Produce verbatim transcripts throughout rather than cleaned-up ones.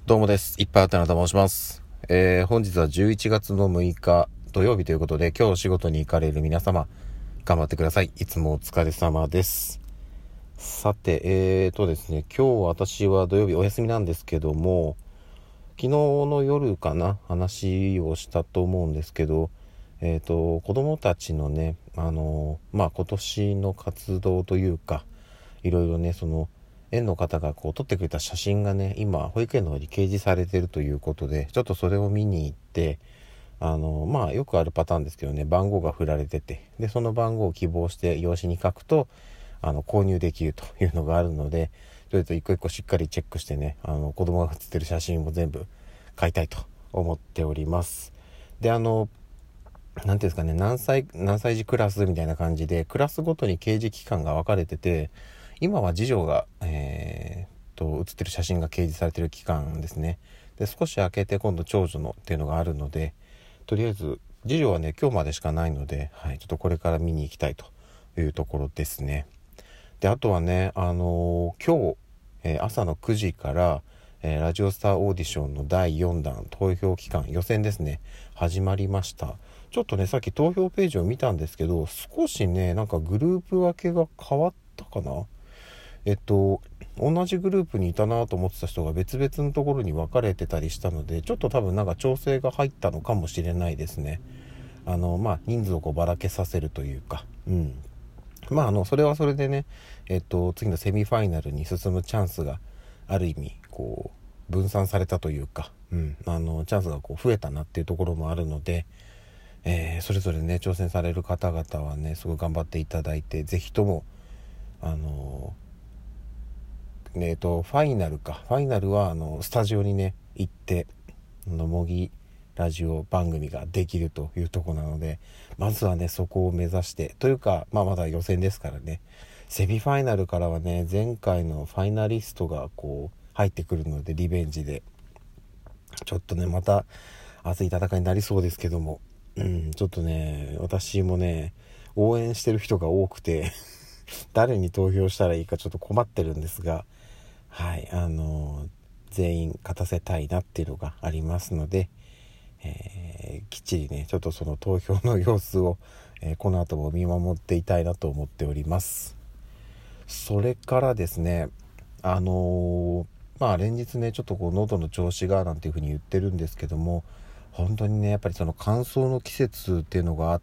どうもです。いっぱいあったなと申します。えー、本日はじゅういちがつのむいか土曜日ということで、今日お仕事に行かれる皆様、頑張ってください。いつもお疲れ様です。さて、えーとですね、今日私は土曜日お休みなんですけども、昨日の夜かな、話をしたと思うんですけど、えーと、子供たちのね、あの、まあ、今年の活動というか、いろいろね、その、園の方がこう撮ってくれた写真がね、今保育園の方に掲示されてるということで、ちょっとそれを見に行って、あのまあよくあるパターンですけどね、番号が振られてて、でその番号を希望して用紙に書くとあの購入できるというのがあるので、とりあえず一個一個しっかりチェックしてね、あの子供が写ってる写真も全部買いたいと思っております。で、あのなんていうんですかね、何歳何歳児クラスみたいな感じでクラスごとに掲示期間が分かれてて、今は次女がえー、っと写ってる写真が掲示されてる期間ですね。で少し空けて今度長女のっていうのがあるので、とりあえず次女はね今日までしかないので、はい、ちょっとこれから見に行きたいというところですね。であとはね、あのー、今日、えー、朝のくじから、えー、ラジオスターオーディションのだいよんだん投票期間予選ですね、始まりました。ちょっとねさっき投票ページを見たんですけど、少しねなんかグループ分けが変わったかな。えっと同じグループにいたなと思ってた人が別々のところに分かれてたりしたので、ちょっと多分なんか調整が入ったのかもしれないですね。あのまあ人数をこうばらけさせるというか、うんまああのそれはそれでね、えっと次のセミファイナルに進むチャンスがある意味こう分散されたというか、うんあのチャンスがこう増えたなっていうところもあるので、えー、それぞれね挑戦される方々はねすごい頑張っていただいて、ぜひともあのえーとファイナルかファイナルはあのスタジオにね行ってあの模擬ラジオ番組ができるというところなので、まずはねそこを目指してというか、まあまだ予選ですからね、セミファイナルからはね前回のファイナリストがこう入ってくるので、リベンジでちょっとねまた熱い戦いになりそうですけども、うんちょっとね私もね応援してる人が多くて誰に投票したらいいかちょっと困ってるんですが、はいあの全員勝たせたいなっていうのがありますので、えー、きっちりねちょっとその投票の様子を、えー、この後も見守っていたいなと思っております。それからですね、あのー、まあ連日ねちょっとこう喉の調子がなんていう風に言ってるんですけども、本当にねやっぱりその乾燥の季節っていうのがあって、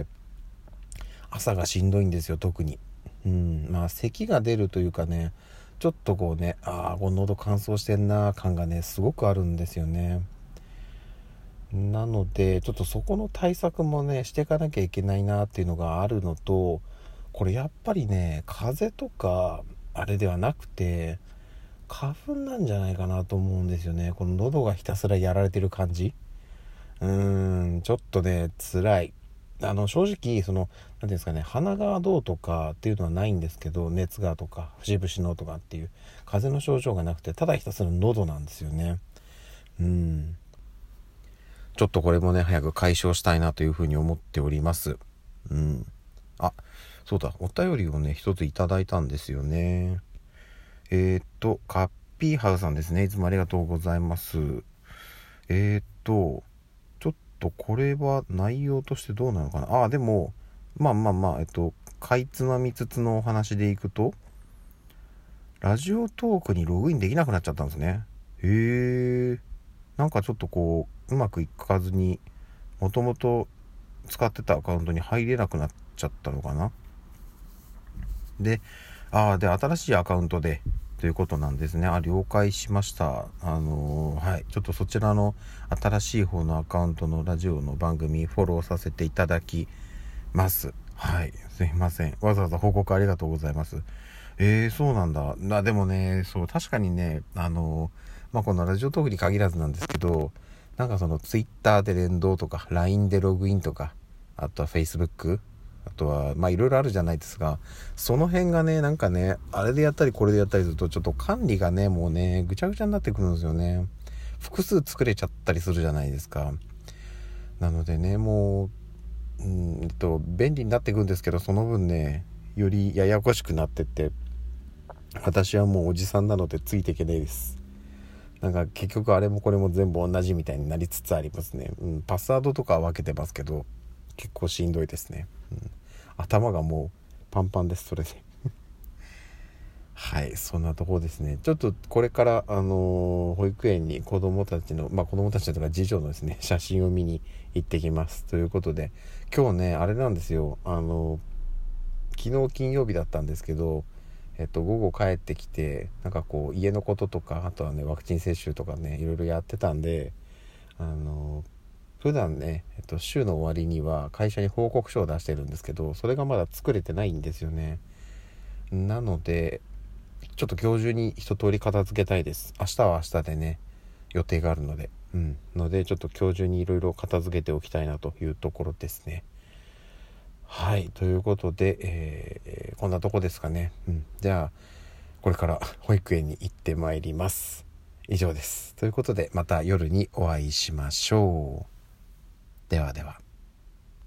朝がしんどいんですよ特に。うんまあ咳が出るというかね、ちょっとこうねああこの喉乾燥してんな感がねすごくあるんですよね。なのでちょっとそこの対策もねしていかなきゃいけないなっていうのがあるのと、これやっぱりね風邪とかあれではなくて花粉なんじゃないかなと思うんですよね。この喉がひたすらやられてる感じ、うーんちょっとね辛い。あの正直その何ていうんですかね、鼻がどうとかっていうのはないんですけど、熱がとか節々のとかっていう風邪の症状がなくて、ただひたすら喉なんですよね。うんちょっとこれもね早く解消したいなというふうに思っております。うんあそうだ、お便りをね一ついただいたんですよね。えー、っとカッピーハウさんですね、いつもありがとうございます。えー、っとちょっとこれは内容としてどうなのかなあ。でもまあまあまあえっとかいつまみつつのお話でいくと、ラジオトークにログインできなくなっちゃったんですね。へえ、なんかちょっとこううまくいかずに、もともと使ってたアカウントに入れなくなっちゃったのかな。でああで新しいアカウントでということなんですね。あ了解しました。あのー、はいちょっとそちらの新しい方のアカウントのラジオの番組フォローさせていただきます。はいすいません、わざわざ報告ありがとうございます。えー、そうなんだな。でもねそう確かにねあのー、まあこのラジオトークに限らずなんですけど、なんかそのツイッターで連動とか ライン でログインとか、あとは Facebook、あとはまあいろいろあるじゃないですか。その辺がねなんかねあれでやったりこれでやったりするとちょっと管理がねもうねぐちゃぐちゃになってくるんですよね。複数作れちゃったりするじゃないですか。なのでねもううんえっと便利になっていくんですけど、その分ねよりややこしくなってって、私はもうおじさんなのでついていけないです。 なんか結局あれもこれも全部同じみたいになりつつありますね。うん、パスワードとかは分けてますけど結構しんどいですね。うん、頭がもうパンパンです、それではい、そんなところですね。ちょっとこれからあのー保育園に子供たちのまあ子供たちとか次女のですね写真を見に行ってきますということで、今日ねあれなんですよ、あのー昨日金曜日だったんですけど、えっと午後帰ってきてなんかこう家のこととか、あとはねワクチン接種とかねいろいろやってたんで、あのー普段ね、えっと、週の終わりには会社に報告書を出してるんですけど、それがまだ作れてないんですよね。なのでちょっと今日中に一通り片付けたいです。明日は明日でね予定があるので、うんのでちょっと今日中にいろいろ片付けておきたいなというところですね。はい、ということで、えー、こんなとこですかね。うん、じゃあこれから保育園に行ってまいります。以上です。ということでまた夜にお会いしましょう。ではでは。